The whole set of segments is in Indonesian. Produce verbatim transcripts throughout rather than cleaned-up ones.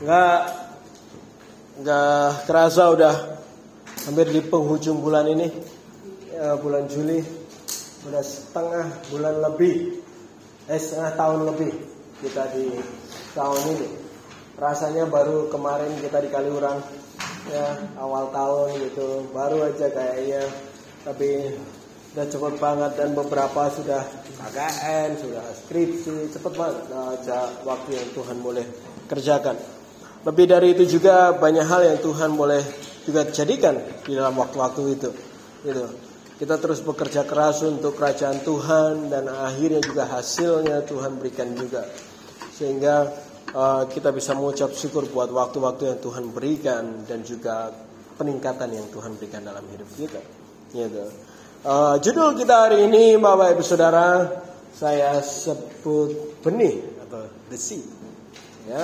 Nggak nggak kerasa udah hampir di penghujung bulan ini, ya, bulan Juli, udah setengah bulan lebih, eh setengah tahun lebih kita di tahun ini. Rasanya baru kemarin kita di Kaliurang, ya awal tahun gitu, baru aja kayaknya, tapi udah cepet banget dan beberapa sudah K K N, sudah skripsi, cepet banget aja waktu yang Tuhan boleh kerjakan. Lebih dari itu juga banyak hal yang Tuhan boleh juga jadikan di dalam waktu-waktu itu. Gitu. Kita terus bekerja keras untuk kerajaan Tuhan dan akhirnya juga hasilnya Tuhan berikan juga. Sehingga uh, kita bisa mengucap syukur buat waktu-waktu yang Tuhan berikan dan juga peningkatan yang Tuhan berikan dalam hidup kita. Gitu. Uh, judul kita hari ini, Bapak Ibu Saudara, saya sebut benih atau the seed. Ya.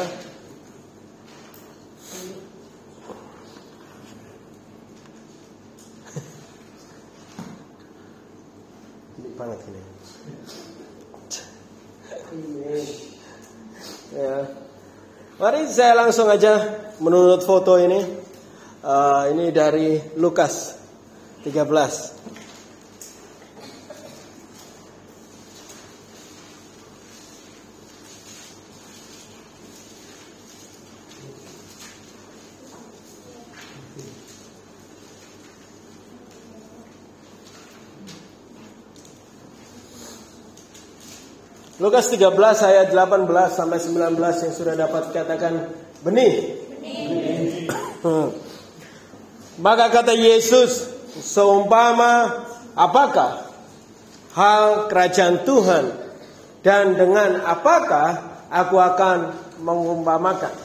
Banget ini. Ya. Mari saya langsung aja menurut foto ini. Uh, ini dari Lukas tiga belas. Lukas tiga belas ayat delapan belas sampai sembilan belas yang sudah dapat katakan benih. Benih. Maka kata Yesus, seumpama apakah hal kerajaan Tuhan, dan dengan apakah aku akan mengumpamakan?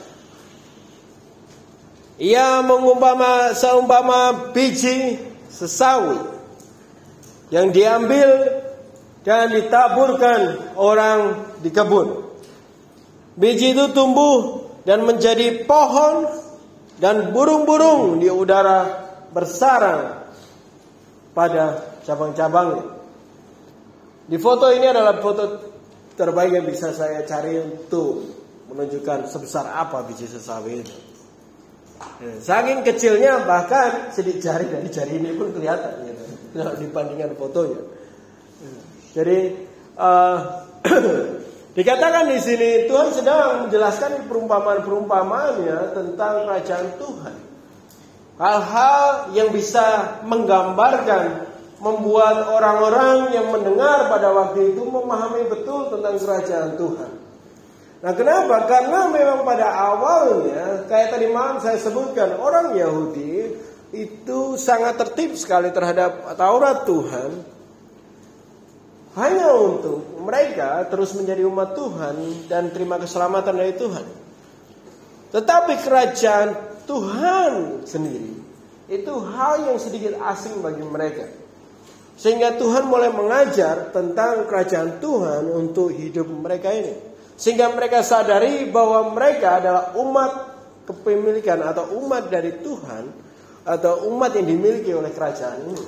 Ia mengumpama seumpama biji sesawi yang diambil dan ditaburkan orang di kebun. Biji itu tumbuh dan menjadi pohon, dan burung-burung di udara bersarang pada cabang-cabangnya. Di foto ini adalah foto terbaik yang bisa saya cari untuk menunjukkan sebesar apa biji sesawi itu. Saking kecilnya bahkan sidik jari dari jari ini pun kelihatan gitu, dibandingkan fotonya. Jadi uh, dikatakan di sini Tuhan sedang menjelaskan perumpamaan-perumpamaannya tentang kerajaan Tuhan. Hal-hal yang bisa menggambarkan, membuat orang-orang yang mendengar pada waktu itu memahami betul tentang kerajaan Tuhan. Nah, kenapa? Karena memang pada awalnya, kayak tadi malam saya sebutkan, orang Yahudi itu sangat tertib sekali terhadap Taurat Tuhan. Hanya untuk mereka terus menjadi umat Tuhan dan terima keselamatan dari Tuhan. Tetapi kerajaan Tuhan sendiri itu hal yang sedikit asing bagi mereka. Sehingga Tuhan mulai mengajar tentang kerajaan Tuhan untuk hidup mereka ini. Sehingga mereka sadari bahwa mereka adalah umat kepemilikan atau umat dari Tuhan, atau umat yang dimiliki oleh kerajaan ini.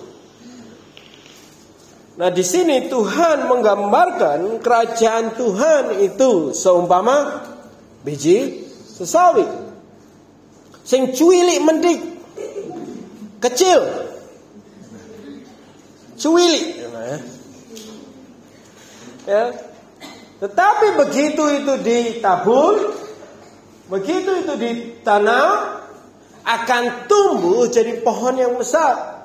Nah, di sini Tuhan menggambarkan kerajaan Tuhan itu seumpama biji sesawi sing cuilik mendik, kecil, cuilik, ya. Tetapi begitu itu ditabur, begitu itu ditanam, akan tumbuh jadi pohon yang besar.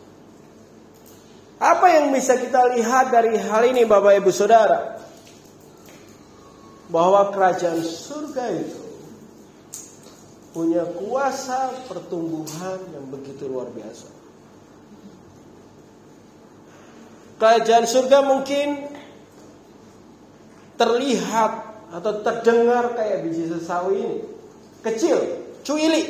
Apa yang bisa kita lihat dari hal ini, Bapak Ibu Saudara? Bahwa kerajaan surga itu punya kuasa pertumbuhan yang begitu luar biasa. Kerajaan surga mungkin terlihat atau terdengar kayak biji sesawi ini. Kecil, cuilik.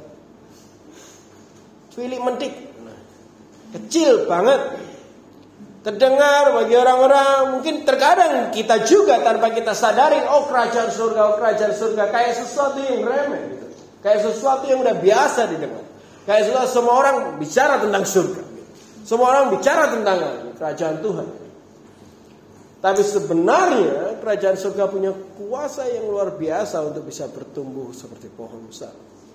Cuilik mentik. Kecil banget. Terdengar bagi orang-orang, mungkin terkadang kita juga tanpa kita sadari, oh kerajaan surga, oh kerajaan surga, kayak sesuatu yang remeh gitu. Kayak sesuatu yang udah biasa didengar. Kayak sesuatu, semua orang bicara tentang surga gitu. Semua orang bicara tentang kerajaan Tuhan. Tapi sebenarnya kerajaan surga punya kuasa yang luar biasa untuk bisa bertumbuh seperti pohon besar.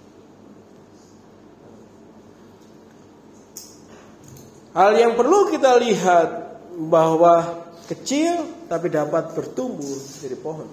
Hal yang perlu kita lihat bahwa kecil tapi dapat bertumbuh jadi pohon.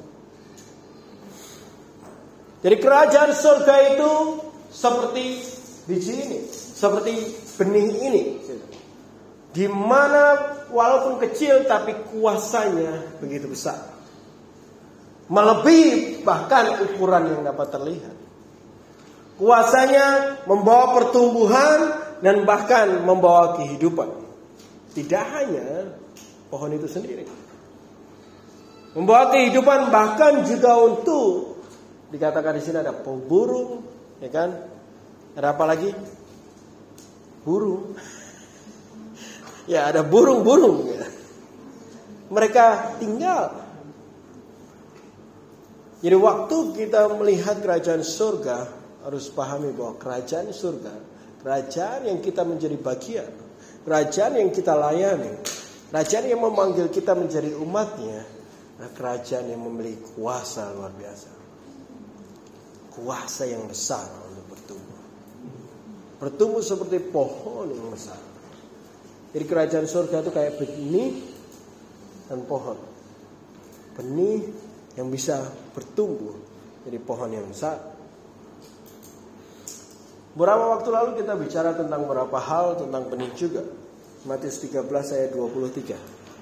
Jadi kerajaan surga itu seperti biji ini, seperti benih ini, di mana walaupun kecil tapi kuasanya begitu besar, melebihi bahkan ukuran yang dapat terlihat. Kuasanya membawa pertumbuhan dan bahkan membawa kehidupan. Tidak hanya pohon itu sendiri, membawa kehidupan bahkan juga untuk dikatakan di sini ada burung, ya kan? Ada apa lagi? Burung. Ya, ada burung-burung. Ya. Mereka tinggal. Jadi waktu kita melihat kerajaan surga, harus pahami bahwa kerajaan surga, kerajaan yang kita menjadi bagian, kerajaan yang kita layani, kerajaan yang memanggil kita menjadi umatnya, nah kerajaan yang memiliki kuasa luar biasa. Kuasa yang besar untuk bertumbuh. Bertumbuh seperti pohon yang besar. Jadi kerajaan surga itu kayak benih dan pohon. Benih yang bisa bertumbuh jadi pohon yang besar. Beberapa waktu lalu kita bicara tentang beberapa hal tentang benih juga. Matius tiga belas ayat dua puluh tiga.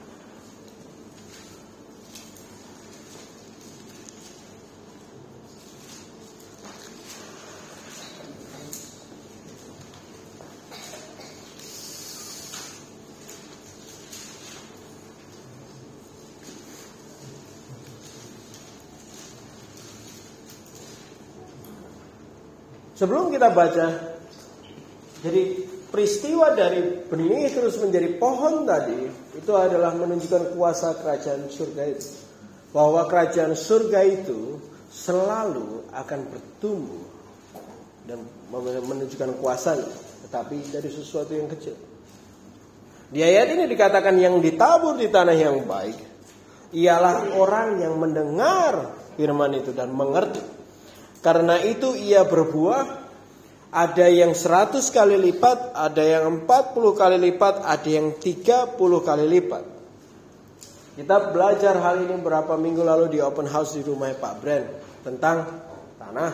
Sebelum kita baca, jadi peristiwa dari benih terus menjadi pohon tadi, itu adalah menunjukkan kuasa kerajaan surga itu. Bahwa kerajaan surga itu selalu akan bertumbuh dan menunjukkan kuasanya, tetapi dari sesuatu yang kecil. Di ayat ini dikatakan yang ditabur di tanah yang baik, ialah orang yang mendengar firman itu dan mengerti. Karena itu ia berbuah, ada yang seratus kali lipat, ada yang empat puluh kali lipat, ada yang tiga puluh kali lipat. Kita belajar hal ini beberapa minggu lalu di open house di rumah Pak Brand tentang tanah.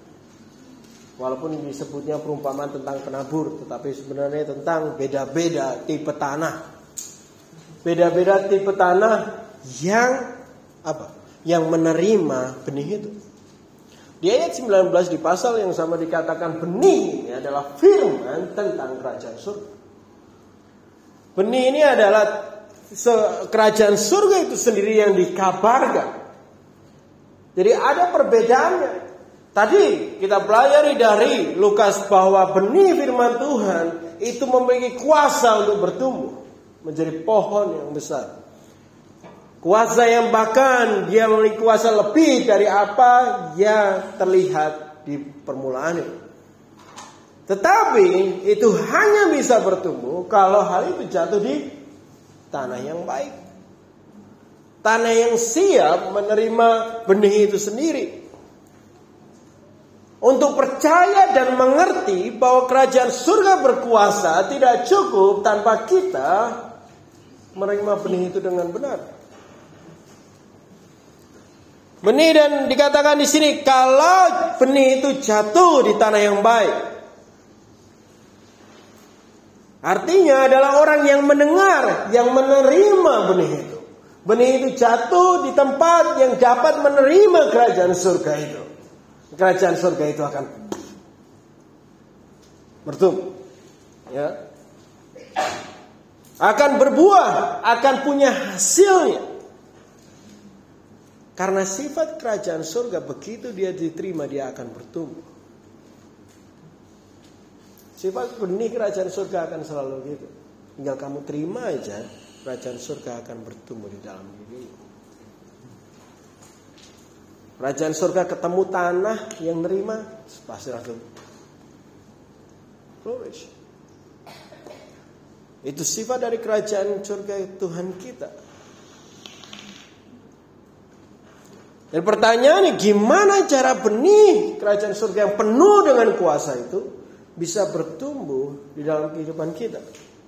Walaupun disebutnya perumpamaan tentang penabur, tetapi sebenarnya tentang beda-beda tipe tanah. Beda-beda tipe tanah yang apa? Yang menerima benih itu. Di ayat sembilan belas di pasal yang sama dikatakan benih ini adalah firman tentang kerajaan surga. Benih ini adalah kerajaan surga itu sendiri yang dikabarkan. Jadi ada perbedaannya. Tadi kita pelajari dari Lukas bahwa benih firman Tuhan itu memiliki kuasa untuk bertumbuh menjadi pohon yang besar. Kuasa yang bahkan dia memiliki kuasa lebih dari apa yang terlihat di permulaan ini. Tetapi itu hanya bisa bertumbuh kalau hal itu jatuh di tanah yang baik. Tanah yang siap menerima benih itu sendiri. Untuk percaya dan mengerti bahwa kerajaan surga berkuasa tidak cukup tanpa kita menerima benih itu dengan benar. Benih dan dikatakan di sini kalau benih itu jatuh di tanah yang baik. Artinya adalah orang yang mendengar, yang menerima benih itu. Benih itu jatuh di tempat yang dapat menerima kerajaan surga itu. Kerajaan surga itu akan bertumbuh, ya. Akan berbuah, akan punya hasilnya. Karena sifat kerajaan surga begitu dia diterima dia akan bertumbuh. Sifat benih kerajaan surga akan selalu gitu. Tinggal kamu terima aja, kerajaan surga akan bertumbuh di dalam diri. Kerajaan surga ketemu tanah yang nerima, pasti langsung flourish. Itu sifat dari kerajaan surga Tuhan kita. Dan pertanyaannya, gimana cara benih kerajaan surga yang penuh dengan kuasa itu bisa bertumbuh di dalam kehidupan kita?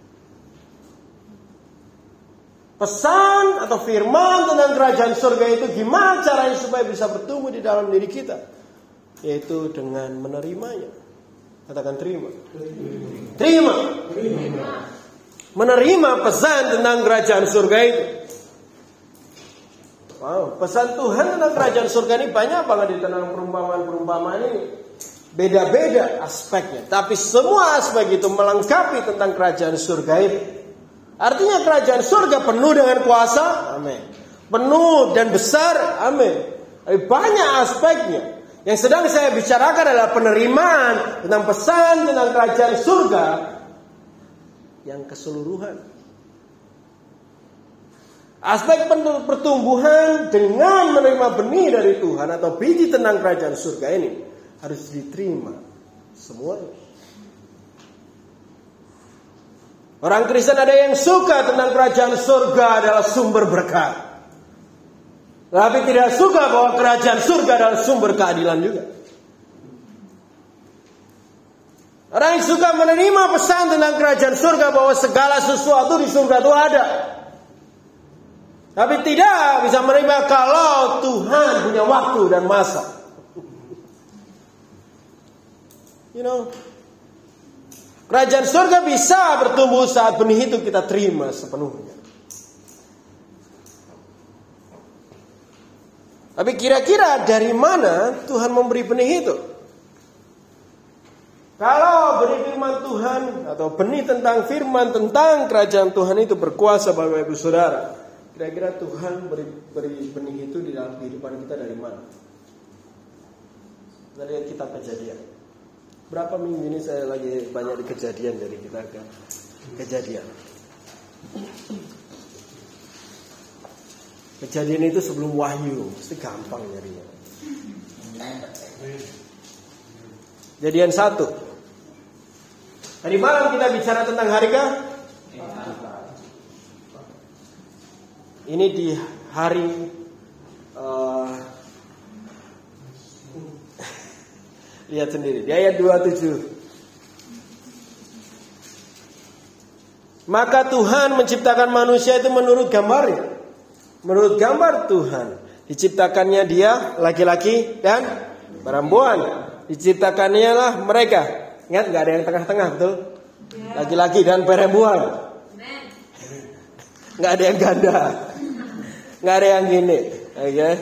Pesan atau firman tentang kerajaan surga itu gimana caranya supaya bisa bertumbuh di dalam diri kita? Yaitu dengan menerimanya. Katakan terima. Terima. Terima. Menerima pesan tentang kerajaan surga itu. Wow, pesan Tuhan tentang kerajaan surga ini banyak banget di tentang perumpamaan-perumpamaan ini. Beda-beda aspeknya, tapi semua aspek itu melengkapi tentang kerajaan surga itu. Artinya kerajaan surga penuh dengan kuasa, amin. Penuh dan besar, amin. Tapi banyak aspeknya. Yang sedang saya bicarakan adalah penerimaan tentang pesan tentang kerajaan surga yang keseluruhan. Aspek pertumbuhan dengan menerima benih dari Tuhan atau biji tentang kerajaan surga ini harus diterima semuanya. Orang Kristen ada yang suka tentang kerajaan surga adalah sumber berkat. Tapi tidak suka bahwa kerajaan surga adalah sumber keadilan juga. Orang yang suka menerima pesan tentang kerajaan surga bahwa segala sesuatu di surga itu ada. Tapi tidak bisa menerima kalau Tuhan punya waktu dan masa. You know, kerajaan surga bisa bertumbuh saat benih itu kita terima sepenuhnya. Tapi kira-kira dari mana Tuhan memberi benih itu? Kalau benih firman Tuhan atau benih tentang firman tentang kerajaan Tuhan itu berkuasa Bapak Ibu Saudara, kira-kira Tuhan beri, beri benih itu di dalam kehidupan kita dari mana? Dari kitab Kejadian. Berapa minggu ini saya lagi banyak di Kejadian, dari kita ke Kejadian. Kejadian itu sebelum Wahyu, mesti gampang nyarinya. Kejadian satu. Tadi malam kita bicara tentang harga. Ini di hari uh, lihat sendiri di ayat dua puluh tujuh. Maka Tuhan menciptakan manusia itu menurut gambarnya. Menurut gambar Tuhan diciptakannya dia laki-laki dan perempuan. Diciptakannya lah mereka. Ingat gak ada yang tengah-tengah, betul? Laki-laki dan perempuan. Gak ada yang ganda. Gak ada yang gini. Oke okay.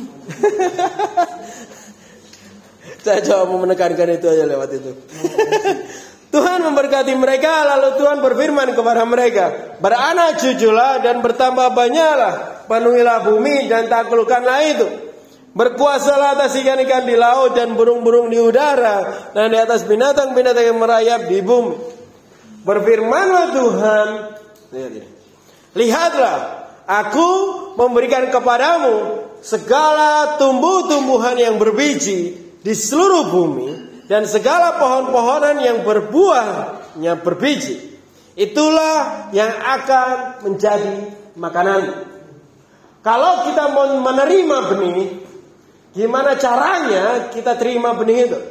Saya coba mau menekankan itu aja lewat itu. Tuhan memberkati mereka, lalu Tuhan berfirman kepada mereka, beranak cuculah dan bertambah banyaklah, penuhilah bumi dan taklukkanlah itu. Berkuasalah atas ikan-ikan di laut dan burung-burung di udara dan di atas binatang-binatang yang merayap di bumi. Berfirmanlah Tuhan, lihatlah, aku memberikan kepadamu segala tumbuh-tumbuhan yang berbiji di seluruh bumi dan segala pohon-pohonan yang berbuahnya berbiji. Itulah yang akan menjadi makanan. Kalau kita mau menerima benih, gimana caranya kita terima benih itu?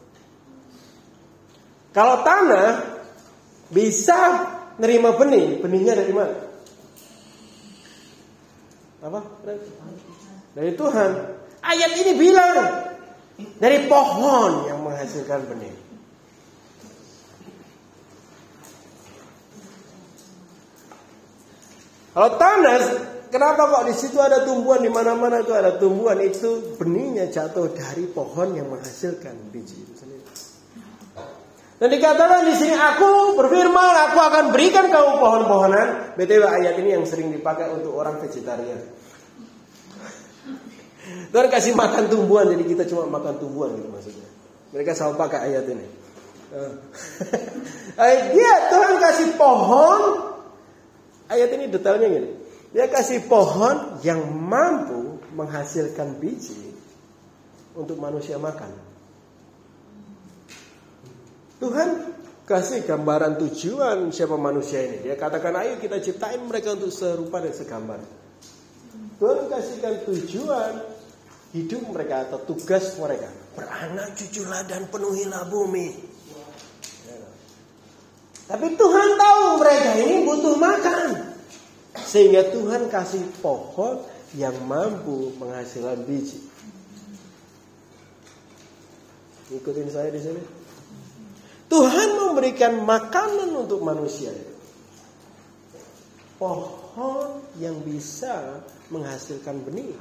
Kalau tanah bisa nerima benih, benihnya dari mana? Apa? Dari Tuhan. Ayat ini bilang dari pohon yang menghasilkan benih. Kalau tanah, kenapa kok di situ ada tumbuhan, di mana-mana itu ada tumbuhan, itu benihnya jatuh dari pohon yang menghasilkan biji itu sendiri. Dan dikatakan di sini, aku berfirman, aku akan berikan kamu pohon-pohonan. B T W ayat ini yang sering dipakai untuk orang vegetarian. Tuhan kasih makan tumbuhan, jadi kita cuma makan tumbuhan gitu maksudnya. Mereka selalu pakai ayat ini. Dia Tuhan kasih pohon. Ayat ini detailnya gini. Dia kasih pohon yang mampu menghasilkan biji untuk manusia makan. Tuhan kasih gambaran tujuan siapa manusia ini. Dia katakan, ayo kita ciptain mereka untuk serupa dan segambar. Tuhan kasihkan tujuan hidup mereka atau tugas mereka. Beranak cuculah dan penuhilah bumi. Tapi Tuhan tahu mereka ini butuh makan. Sehingga Tuhan kasih pohon yang mampu menghasilkan biji. Ikutin saya di sini. Tuhan memberikan makanan untuk manusia. Pohon yang bisa menghasilkan benih.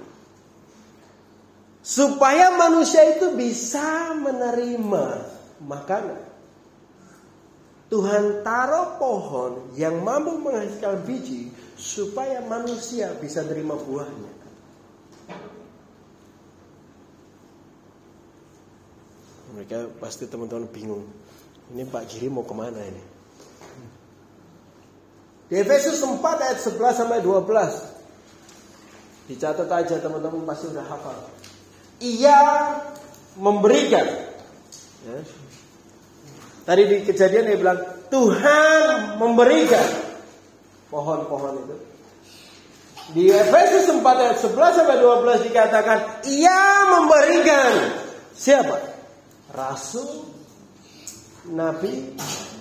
Supaya manusia itu bisa menerima makanan. Tuhan taruh pohon yang mampu menghasilkan biji supaya manusia bisa terima buahnya. Mereka pasti teman-teman bingung. Ini Pak Giri mau kemana ini? Di Efesus empat ayat sebelas sampai dua belas. Dicatat aja teman-teman, pasti udah hafal. Ia memberikan. Ya. Tadi di Kejadian dia bilang Tuhan memberikan pohon-pohon itu. Di Efesus empat ayat sebelas sampai dua belas dikatakan ia memberikan siapa? Rasul, nabi,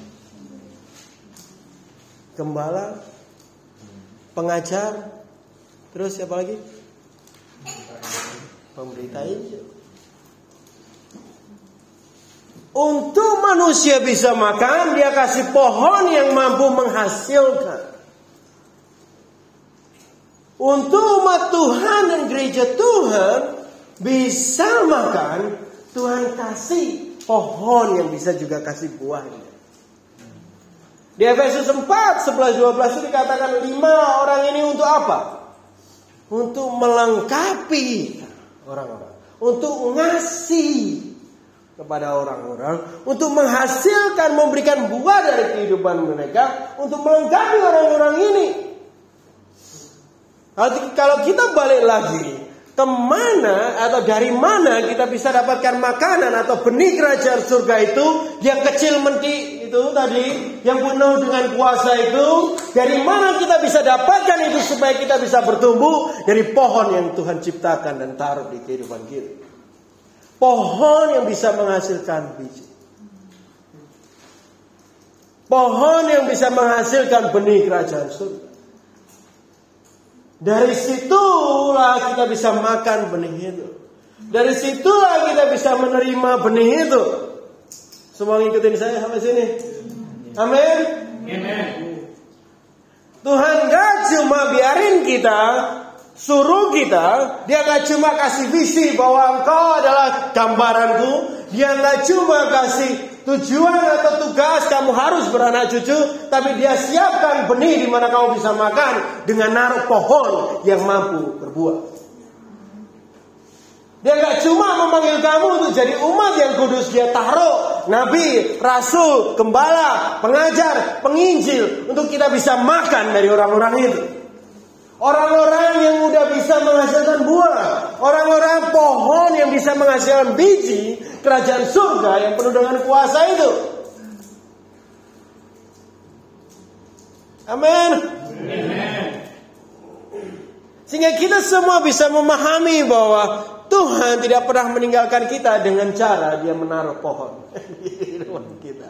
gembala, pengajar, terus siapa lagi? Pemberita Injil. Untuk manusia bisa makan, dia kasih pohon yang mampu menghasilkan. Untuk umat Tuhan dan gereja Tuhan bisa makan, Tuhan kasih pohon yang bisa juga kasih buahnya. Di Efesus empat, sebelas, dua belas itu dikatakan lima orang ini untuk apa? Untuk melengkapi orang-orang. Untuk ngasih kepada orang-orang. Untuk menghasilkan, memberikan buah dari kehidupan mereka. Untuk melengkapi orang-orang ini. Kalau kita balik lagi, kemana atau dari mana kita bisa dapatkan makanan atau benih kerajaan surga itu yang kecil mentik itu tadi, yang penuh dengan kuasa itu, dari mana kita bisa dapatkan itu supaya kita bisa bertumbuh? Dari pohon yang Tuhan ciptakan dan taruh di kehidupan kita. Pohon yang bisa menghasilkan biji. Pohon yang bisa menghasilkan benih kerajaan surga. Dari situlah kita bisa makan benih itu. Dari situlah kita bisa menerima benih itu. Semua ngikutin saya sampai sini. Amin. Amin. Tuhan gak cuma biarin kita, suruh kita, dia gak cuma kasih visi bahwa engkau adalah gambaranku. Dia gak cuma kasih tujuan atau tugas kamu harus beranak cucu, tapi dia siapkan benih di mana kamu bisa makan dengan naruh pohon yang mampu berbuah. Dia gak cuma memanggil kamu untuk jadi umat yang kudus, dia taruh nabi, rasul, gembala, pengajar, penginjil untuk kita bisa makan dari orang-orang itu. Orang-orang yang udah bisa menghasilkan buah, orang-orang pohon yang bisa menghasilkan biji kerajaan surga yang penuh dengan kuasa itu. Amin. Sehingga kita semua bisa memahami bahwa Tuhan tidak pernah meninggalkan kita dengan cara dia menaruh pohon di kehidupan kita.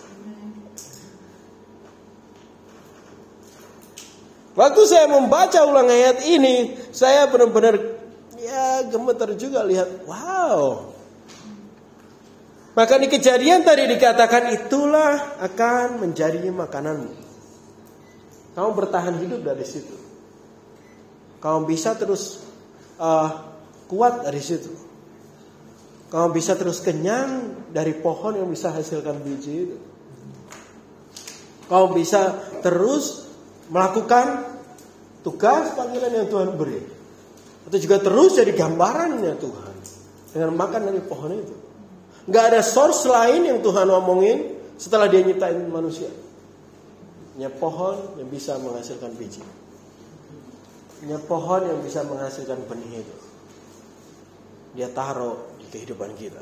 Waktu saya membaca ulang ayat ini, saya benar-benar ya gemeter juga lihat, wow. Maka di Kejadian tadi dikatakan itulah akan menjadi makananmu. Kamu bertahan hidup dari situ. Kamu bisa terus uh, kuat dari situ. Kamu bisa terus kenyang dari pohon yang bisa hasilkan biji itu. Kamu bisa terus melakukan tugas panggilan yang Tuhan beri. Atau juga terus jadi gambarannya Tuhan dengan makan dari pohon itu. Gak ada source lain yang Tuhan ngomongin setelah dia nyiptain manusia. Hanya pohon yang bisa menghasilkan biji. Hanya pohon yang bisa menghasilkan benih itu. Dia taruh di kehidupan kita.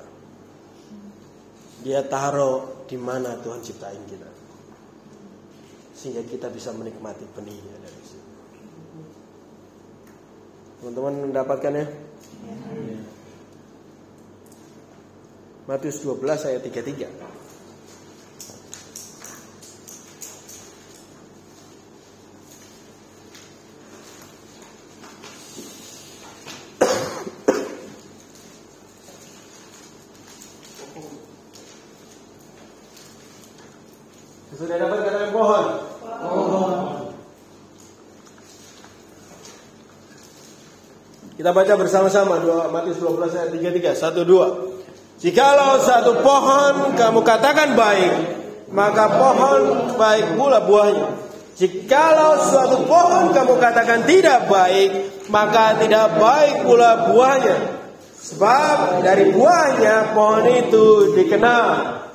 Dia taruh di mana Tuhan ciptain kita. Sehingga kita bisa menikmati benihnya dari situ. Teman-teman mendapatkannya? Ya. Matius dua belas ayat tiga puluh tiga. Sudah dapat katakan pohon? Pohon. Kita baca bersama-sama Matius dua belas ayat tiga puluh tiga. Satu dua. Jikalau satu pohon kamu katakan baik, maka pohon baik pula buahnya. Jikalau suatu pohon kamu katakan tidak baik, maka tidak baik pula buahnya. Sebab dari buahnya pohon itu dikenal.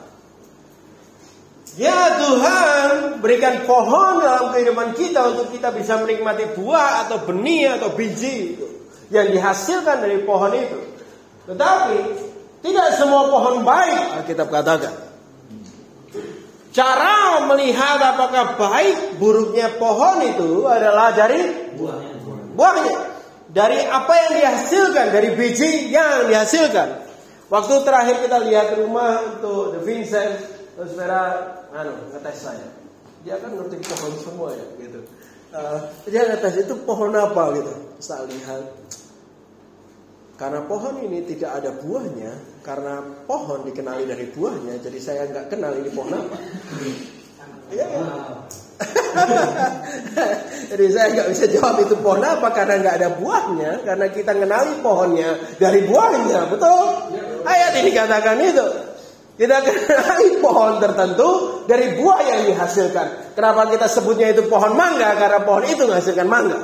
Ya Tuhan, berikan pohon dalam kehidupan kita untuk kita bisa menikmati buah atau benih atau biji yang dihasilkan dari pohon itu. Tetapi tidak semua pohon baik, Alkitab katakan. Cara melihat apakah baik buruknya pohon itu adalah dari buahnya. buahnya. Dari apa yang dihasilkan, dari biji yang dihasilkan. Waktu terakhir kita lihat rumah untuk The Vincent, terus saudara anu, ngetes saya. Dia kan ngerti pohon semua ya gitu. Uh, dia ngetes itu pohon apa gitu. Saya lihat. Karena pohon ini tidak ada buahnya, karena pohon dikenali dari buahnya, jadi saya nggak kenal ini pohon apa. Iya ya. Jadi saya nggak bisa jawab itu pohon apa karena nggak ada buahnya, karena kita kenali pohonnya dari buahnya, betul? Ayat ini katakan itu. Kita kenali pohon tertentu dari buah yang dihasilkan. Kenapa kita sebutnya itu pohon mangga? Karena pohon itu menghasilkan mangga.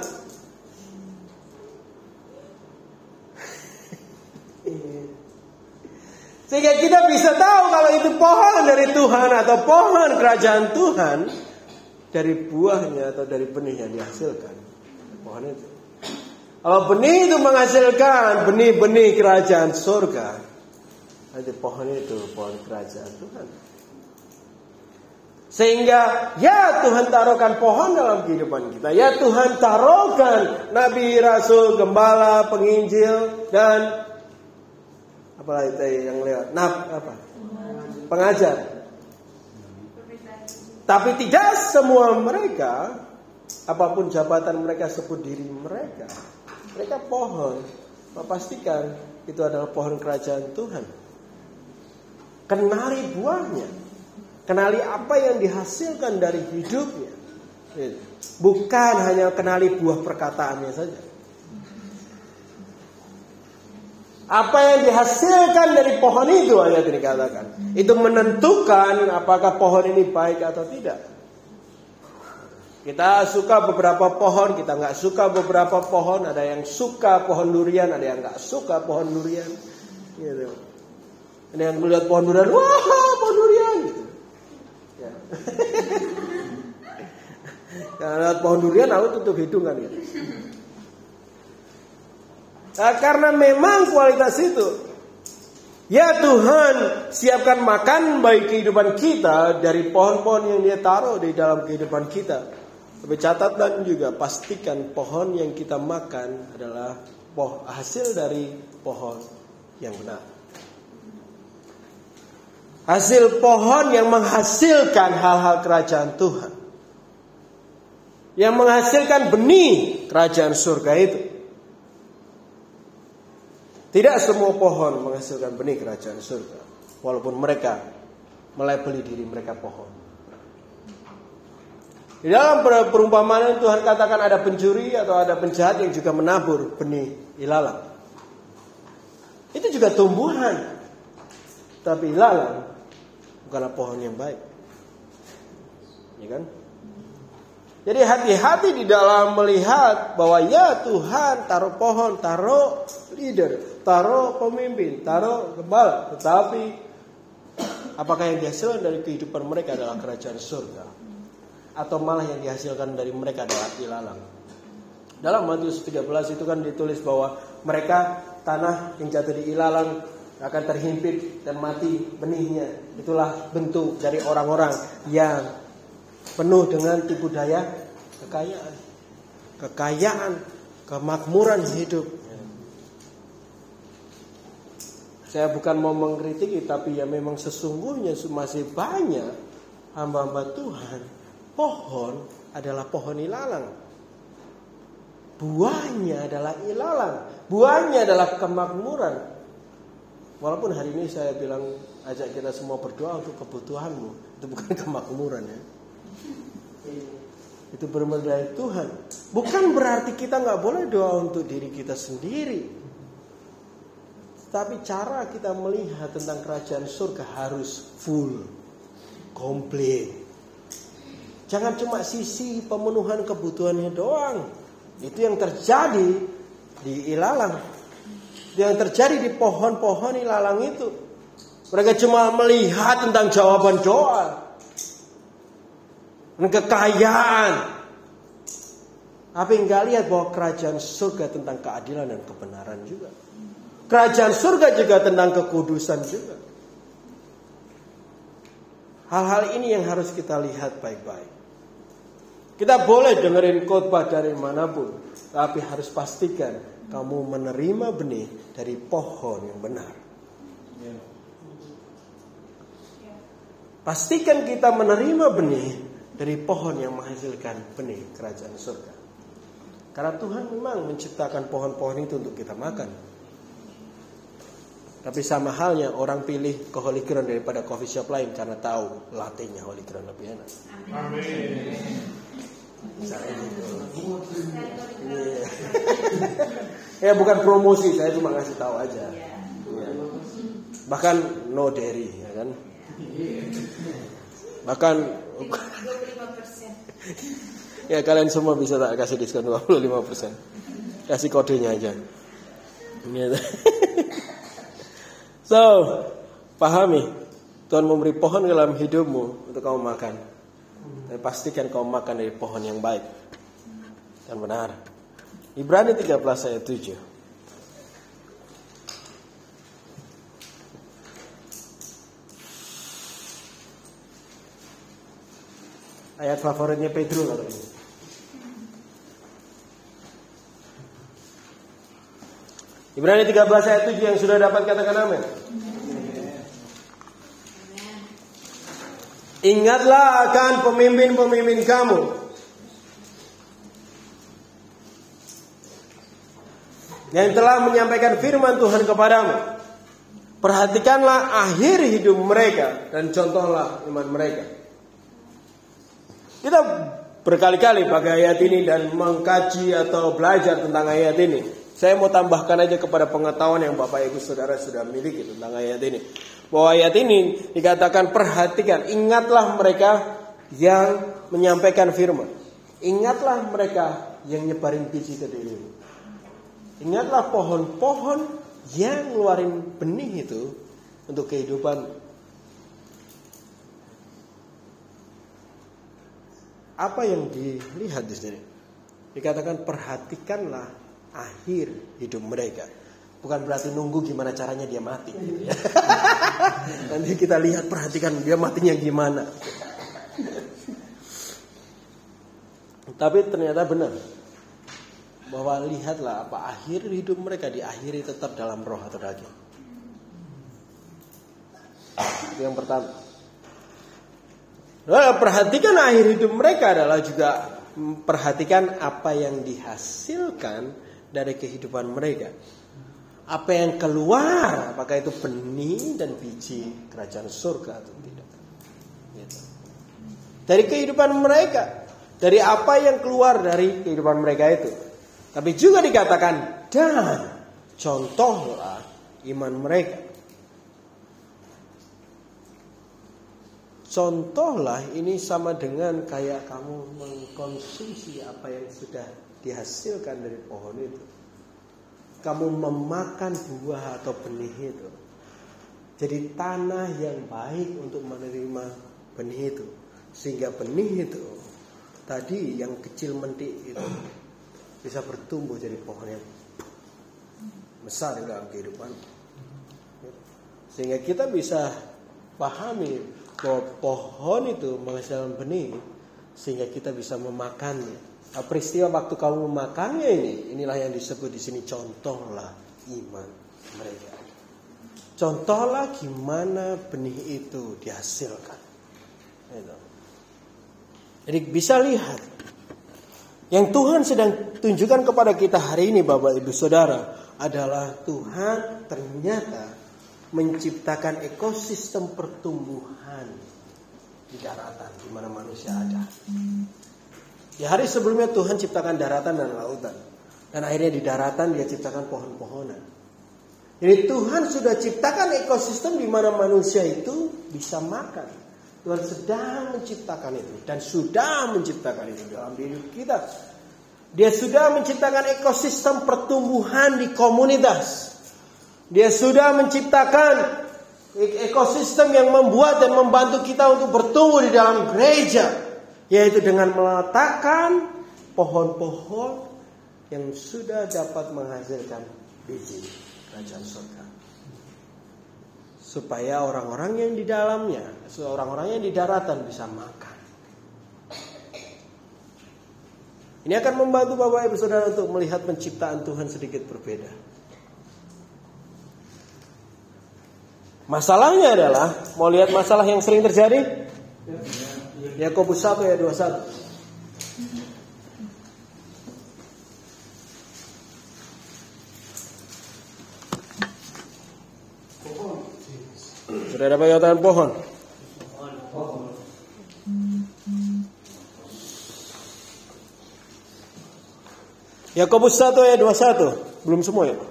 Sehingga kita bisa tahu kalau itu pohon dari Tuhan atau pohon kerajaan Tuhan dari buahnya atau dari benih yang dihasilkan. Pohon itu. Kalau benih itu menghasilkan benih-benih kerajaan surga, nanti pohon itu pohon kerajaan Tuhan. Sehingga ya Tuhan taruhkan pohon dalam kehidupan kita. Ya Tuhan taruhkan nabi, rasul, gembala, penginjil dan apalagi tadi yang lewat naf apa? Pengajar. Tapi tidak semua mereka, apapun jabatan mereka sebut diri mereka, mereka pohon. Pastikan itu adalah pohon kerajaan Tuhan. Kenali buahnya. Kenali apa yang dihasilkan dari hidupnya. Bukan hanya kenali buah perkataannya saja. Apa yang dihasilkan dari pohon itu, ayat ini katakan, itu menentukan apakah pohon ini baik atau tidak. Kita suka beberapa pohon, kita nggak suka beberapa pohon. Ada yang suka pohon durian, ada yang nggak suka pohon durian. Gitu. Ada yang melihat pohon durian, wah pohon durian. Gitu. Ya. Kalau lihat pohon durian, aku tutup hidung kan gitu. Nah, karena memang kualitas itu. Ya Tuhan, siapkan makan bagi kehidupan kita dari pohon-pohon yang Dia taruh di dalam kehidupan kita. Tapi catatan juga, pastikan pohon yang kita makan adalah poh, hasil dari pohon yang benar. Hasil pohon yang menghasilkan hal-hal kerajaan Tuhan. Yang menghasilkan benih kerajaan surga itu. Tidak semua pohon menghasilkan benih kerajaan surga. Walaupun mereka melabeli diri mereka pohon. Di dalam perumpamaan Tuhan katakan ada pencuri atau ada penjahat yang juga menabur benih ilalang. Itu juga tumbuhan. Tapi ilalang bukanlah pohon yang baik. Ya kan? Jadi hati-hati di dalam melihat bahwa ya Tuhan taruh pohon, taruh leader, taruh pemimpin, taruh gembala. Tetapi apakah yang dihasilkan dari kehidupan mereka adalah kerajaan surga? Atau malah yang dihasilkan dari mereka adalah ilalang? Dalam Matius tiga belas itu kan ditulis bahwa mereka tanah yang jatuh di ilalang akan terhimpit dan mati benihnya. Itulah bentuk dari orang-orang yang penuh dengan tipu daya kekayaan, kekayaan, kemakmuran hidup. Saya bukan mau mengkritiki, tapi ya memang sesungguhnya masih banyak hamba-hamba Tuhan. Pohon adalah pohon ilalang. Buahnya adalah ilalang. Buahnya adalah kemakmuran. Walaupun hari ini saya bilang ajak kita semua berdoa untuk kebutuhanmu, itu bukan kemakmuran ya. Itu benar dari Tuhan. Bukan berarti kita nggak boleh doa untuk diri kita sendiri. Tapi cara kita melihat tentang kerajaan surga harus full, komplit. Jangan cuma sisi pemenuhan kebutuhannya doang. Itu yang terjadi di ilalang. Itu yang terjadi di pohon-pohon ilalang itu. Mereka cuma melihat tentang jawaban doa dan kekayaan. Tapi enggak lihat bahwa kerajaan surga tentang keadilan dan kebenaran juga. Kerajaan surga juga tentang kekudusan juga. Hal-hal ini yang harus kita lihat baik-baik. Kita boleh dengerin khotbah dari manapun, tapi harus pastikan kamu menerima benih dari pohon yang benar. Pastikan kita menerima benih dari pohon yang menghasilkan benih kerajaan surga. Karena Tuhan memang menciptakan pohon-pohon itu untuk kita makan. Tapi sama halnya orang pilih ke Holy Crown daripada coffee shop lain karena tahu latte-nya Holy Crown lebih enak. Amin. Saya gitu. Yeah. Ya bukan promosi, saya cuma ngasih tahu aja. Yeah. Bahkan no dairy, ya kan? Bahkan dua puluh lima persen. Ya kalian semua bisa tak kasih diskon dua puluh lima persen. Kasih kodenya aja. Gitu. So, pahami, Tuhan memberi pohon dalam hidupmu untuk kamu makan. Dan pastikan kamu makan dari pohon yang baik dan benar. Ibrani tiga belas ayat tujuh. Ayat favoritnya Pedro kalau ini. Ibrani tiga belas ayat tujuh yang sudah dapat katakan amin. Ingatlah akan pemimpin-pemimpin kamu. Yang telah menyampaikan firman Tuhan kepadamu. Perhatikanlah akhir hidup mereka dan contohlah iman mereka. Kita berkali-kali pakai ayat ini dan mengkaji atau belajar tentang ayat ini. Saya mau tambahkan aja kepada pengetahuan yang Bapak Ibu Saudara sudah miliki tentang ayat ini. Bahwa ayat ini dikatakan perhatikan, ingatlah mereka yang menyampaikan firman. Ingatlah mereka yang nyebarin biji ke dirimu. Ingatlah pohon-pohon yang ngeluarin benih itu untuk kehidupan. Apa yang dilihat di sini? Dikatakan perhatikanlah akhir hidup mereka. Bukan berarti nunggu gimana caranya dia mati. Nanti kita lihat, perhatikan dia matinya gimana. Tapi ternyata benar. Bahwa lihatlah apa akhir hidup mereka diakhiri tetap dalam roh atau daging. Itu yang pertama. Nah, perhatikan akhir hidup mereka adalah juga perhatikan apa yang dihasilkan dari kehidupan mereka. Apa yang keluar, apakah itu benih dan biji kerajaan surga atau tidak. Gitu. Dari kehidupan mereka, dari apa yang keluar dari kehidupan mereka itu. Tapi juga dikatakan dan contohlah iman mereka. Contohlah ini sama dengan kayak kamu mengkonsumsi apa yang sudah dihasilkan dari pohon itu. Kamu memakan buah atau benih itu. Jadi tanah yang baik untuk menerima benih itu. Sehingga benih itu tadi yang kecil mentik itu bisa bertumbuh jadi pohon yang besar dalam kehidupan. Sehingga kita bisa pahami bahwa pohon itu menghasilkan benih sehingga kita bisa memakannya. Peristiwa waktu kamu memakannya ini, inilah yang disebut di sini contohlah iman mereka. Contohlah gimana benih itu dihasilkan. Jadi bisa lihat. Yang Tuhan sedang tunjukkan kepada kita hari ini Bapak Ibu Saudara adalah Tuhan ternyata menciptakan ekosistem pertumbuhan di daratan di mana manusia ada. Di hari sebelumnya Tuhan ciptakan daratan dan lautan. Dan akhirnya di daratan dia ciptakan pohon-pohonan. Jadi Tuhan sudah ciptakan ekosistem di mana manusia itu bisa makan. Tuhan sedang menciptakan itu dan sudah menciptakan itu dalam hidup kita. Dia sudah menciptakan ekosistem pertumbuhan di komunitas. Dia sudah menciptakan ekosistem yang membuat dan membantu kita untuk bertumbuh di dalam gereja, yaitu dengan meletakkan pohon-pohon yang sudah dapat menghasilkan biji kerajaan surga. Supaya orang-orang yang di dalamnya, orang-orang yang di daratan bisa makan. Ini akan membantu Bapak Ibu Saudara untuk melihat penciptaan Tuhan sedikit berbeda. Masalahnya adalah, mau lihat masalah yang sering terjadi? Yakobus satu ayat dua puluh satu. Sudah ada bayangan pohon. Yakobus satu ayat dua puluh satu. Belum semua ya?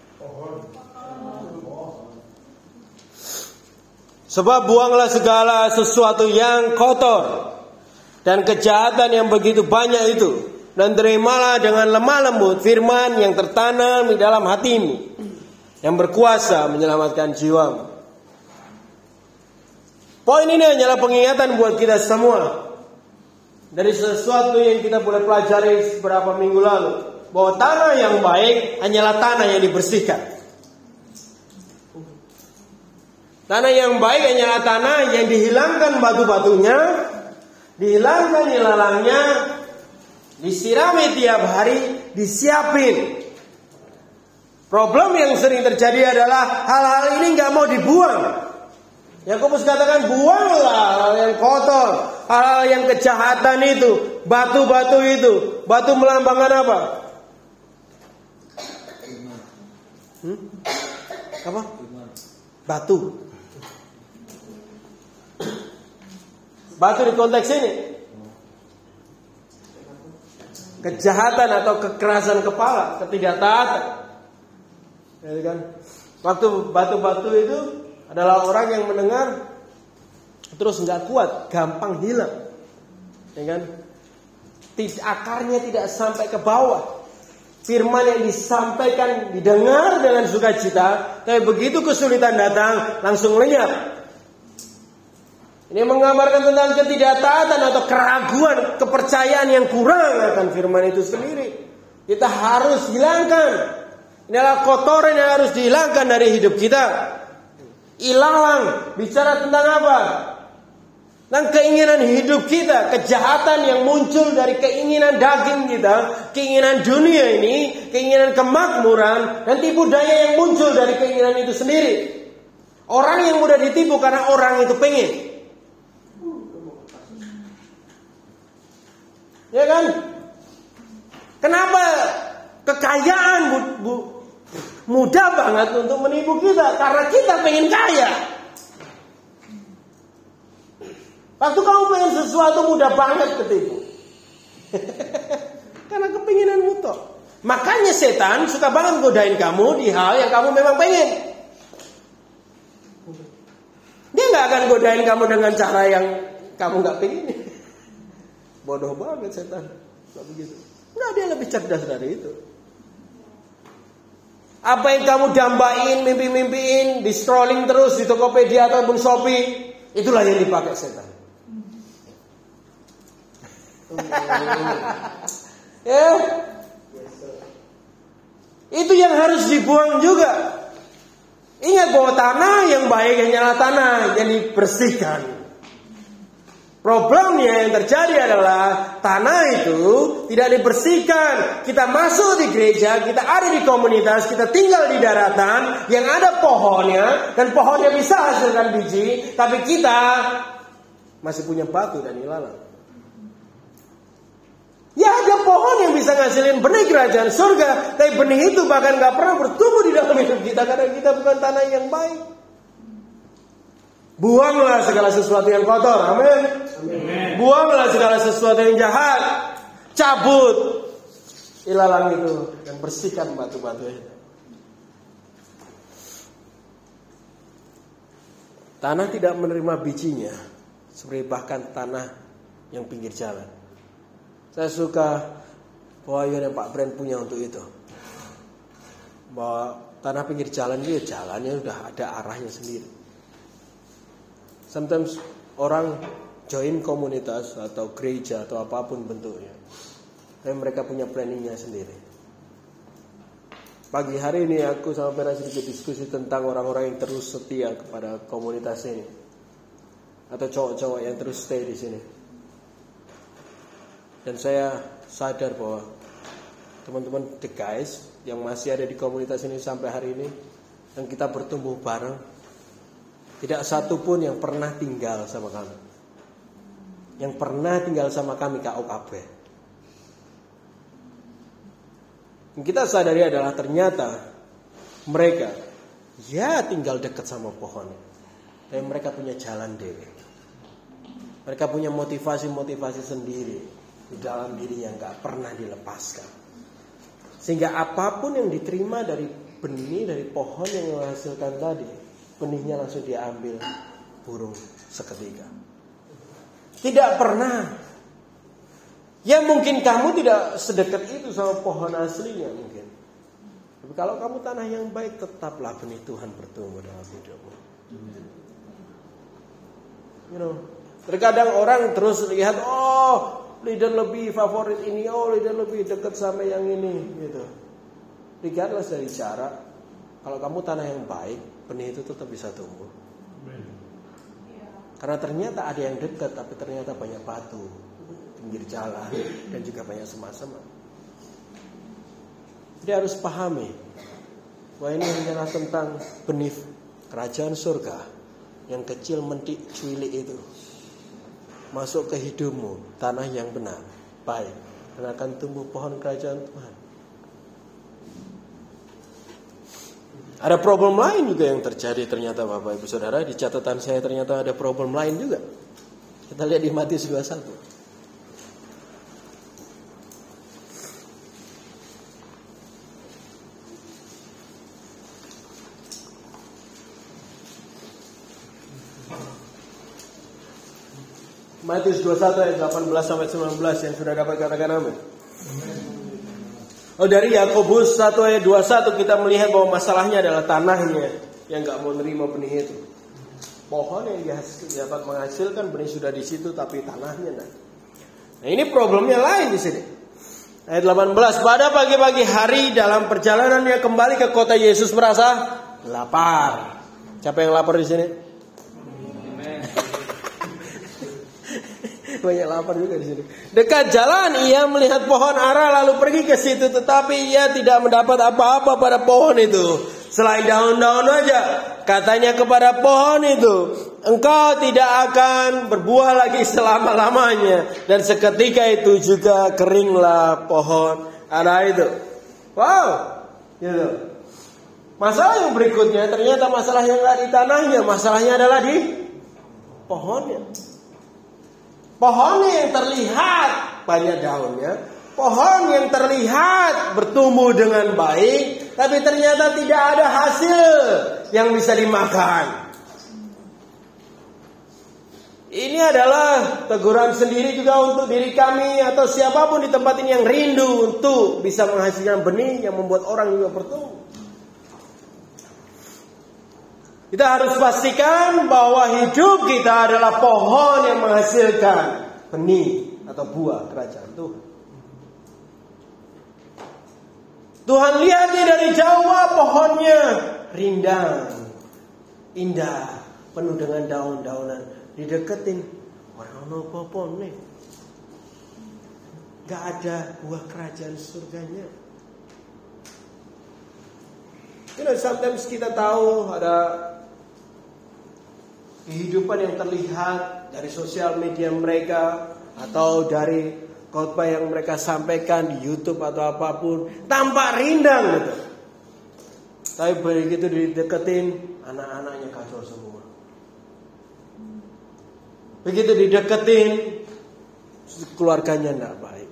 Sebab buanglah segala sesuatu yang kotor dan kejahatan yang begitu banyak itu, dan terimalah dengan lemah lembut firman yang tertanam di dalam hatimu, yang berkuasa menyelamatkan jiwamu. Poin ini hanyalah pengingatan buat kita semua dari sesuatu yang kita boleh pelajari beberapa minggu lalu, bahwa tanah yang baik hanyalah tanah yang dibersihkan. Tanah yang baik hanyalah tanah yang dihilangkan batu-batunya, dihilangkan ilalangnya, disirami tiap hari, disiapin. Problem yang sering terjadi adalah hal-hal ini nggak mau dibuang. Yakobus katakan buanglah hal yang kotor, hal-hal yang kejahatan itu, batu-batu itu. Batu melambangkan apa? Hmm? Apa? Batu. Batu di konteks ini kejahatan atau kekerasan kepala, ketidaktaatan. Ya kan? Waktu batu-batu itu adalah orang yang mendengar terus nggak kuat, gampang hilang. Ya kan? Akarnya tidak sampai ke bawah. Firman yang disampaikan didengar dengan sukacita, tapi begitu kesulitan datang langsung lenyap. Ini menggambarkan tentang ketidaktaatan atau keraguan, kepercayaan yang kurang akan firman itu sendiri. Kita harus hilangkan. Inilah kotoran yang harus dihilangkan dari hidup kita. Ilalang bicara tentang apa? Tentang keinginan hidup kita, kejahatan yang muncul dari keinginan daging kita, keinginan dunia ini, keinginan kemakmuran, dan tipu daya yang muncul dari keinginan itu sendiri. Orang yang mudah ditipu karena orang itu pengen. Ya kan? Kenapa kekayaan bu, bu, mudah banget untuk menipu kita? Karena kita pengen kaya. Waktu kamu pengen sesuatu mudah banget ketipu. Karena kepinginanmu toh. Makanya setan suka banget godain kamu di hal yang kamu memang pengen. Dia gak akan godain kamu dengan cara yang kamu gak pengen. Bodoh banget setan. Gak begitu. Nah, dia lebih cerdas dari itu. Apa yang kamu dambain, mimpi-mimpiin, di scrolling terus di Tokopedia ataupun Shopee, itulah yang dipakai setan. Ya. Itu yang harus dibuang juga. Ingat bahwa tanah yang baik hanyalah tanah yang dibersihkan. Problemnya yang terjadi adalah tanah itu tidak dibersihkan. Kita masuk di gereja, kita ada di komunitas, kita tinggal di daratan yang ada pohonnya, dan pohonnya bisa hasilkan biji, tapi kita masih punya batu dan ilalang. Ya, ada pohon yang bisa ngasilin benih kerajaan surga, tapi benih itu bahkan gak pernah bertumbuh di dalam hidup kita karena kita bukan tanah yang baik. Buanglah segala sesuatu yang kotor, amin. Amin. Buanglah segala sesuatu yang jahat. Cabut ilalang itu dan bersihkan batu-batu itu. Tanah tidak menerima bijinya, seperti bahkan tanah yang pinggir jalan. Saya suka poin yang Pak Brand punya untuk itu. Bahwa tanah pinggir jalan itu ya jalannya udah ada arahnya sendiri. Sometimes orang join komunitas atau gereja atau apapun bentuknya, tapi mereka punya planningnya sendiri. Pagi hari ini aku sama Pera sedikit diskusi tentang orang-orang yang terus setia kepada komunitas ini, atau cowok-cowok yang terus stay di sini. Dan saya sadar bahwa teman-teman the guys yang masih ada di komunitas ini sampai hari ini, dan kita bertumbuh bareng, tidak satu pun yang pernah tinggal sama kami. Yang pernah tinggal sama kami K O K B. Yang kita sadari adalah ternyata mereka ya tinggal dekat sama pohon, tapi mereka punya jalan dewe. Mereka punya motivasi-motivasi sendiri di dalam diri yang gak pernah dilepaskan. Sehingga apapun yang diterima dari benih dari pohon yang menghasilkan tadi, benihnya langsung diambil burung seketika. Tidak pernah. Ya mungkin kamu tidak sedekat itu sama pohon aslinya mungkin. Tapi kalau kamu tanah yang baik, tetaplah benih Tuhan bertumbuh dalam hidupmu. You know, terkadang orang terus lihat, oh leader lebih favorit ini, oh leader lebih dekat sama yang ini, gitu. Regardless dari cara, kalau kamu tanah yang baik, benih itu tetap bisa tumbuh. Karena ternyata ada yang dekat, tapi ternyata banyak batu pinggir jalan dan juga banyak semak-semak. Dia harus pahami bahwa ini hanyalah tentang benih kerajaan surga yang kecil mentik cuilik itu masuk ke hidupmu, tanah yang benar, baik, dan akan tumbuh pohon kerajaan Tuhan. Ada problem lain juga yang terjadi ternyata Bapak Ibu Saudara. Di catatan saya ternyata ada problem lain juga. Kita lihat di Matius dua puluh satu. Matius dua puluh satu ayat delapan belas sampai sembilan belas yang sudah dapat katakan amin. Oh, dari Yakobus satu ayat dua puluh satu kita melihat bahwa masalahnya adalah tanahnya yang gak mau nerima benih itu. Pohon yang dapat menghasilkan benih sudah di situ, tapi tanahnya nah. Nah, ini problemnya lain di sini. Ayat delapan belas, pada pagi-pagi hari dalam perjalanannya kembali ke kota, Yesus merasa lapar. Siapa yang lapar di sini? Banyak lapar juga di sini. Dekat jalan ia melihat pohon ara lalu pergi ke situ, tetapi ia tidak mendapat apa-apa pada pohon itu selain daun-daun aja. Katanya kepada pohon itu, engkau tidak akan berbuah lagi selama-lamanya. Dan seketika itu juga keringlah pohon ara itu. Wow, gitu. Masalah yang berikutnya ternyata masalah yang gak di tanahnya, masalahnya adalah di pohonnya. Pohon yang terlihat banyak daunnya, pohon yang terlihat bertumbuh dengan baik, tapi ternyata tidak ada hasil yang bisa dimakan. Ini adalah teguran sendiri juga untuk diri kami atau siapapun di tempat ini yang rindu untuk bisa menghasilkan benih yang membuat orang juga bertumbuh. Kita harus pastikan bahwa hidup kita adalah pohon yang menghasilkan benih atau buah kerajaan Tuhan. Tuhan lihatnya dari jauh, pohonnya rindang, indah, penuh dengan daun-daunan. Dideketin, Orang ono apa nih? Gak ada buah kerajaan surganya. You know, sometimes kita tahu ada kehidupan yang terlihat dari sosial media mereka atau dari khotbah yang mereka sampaikan di YouTube atau apapun, tampak rindang gitu. Tapi begitu dideketin, anak-anaknya kacau semua. Begitu dideketin, keluarganya tidak baik.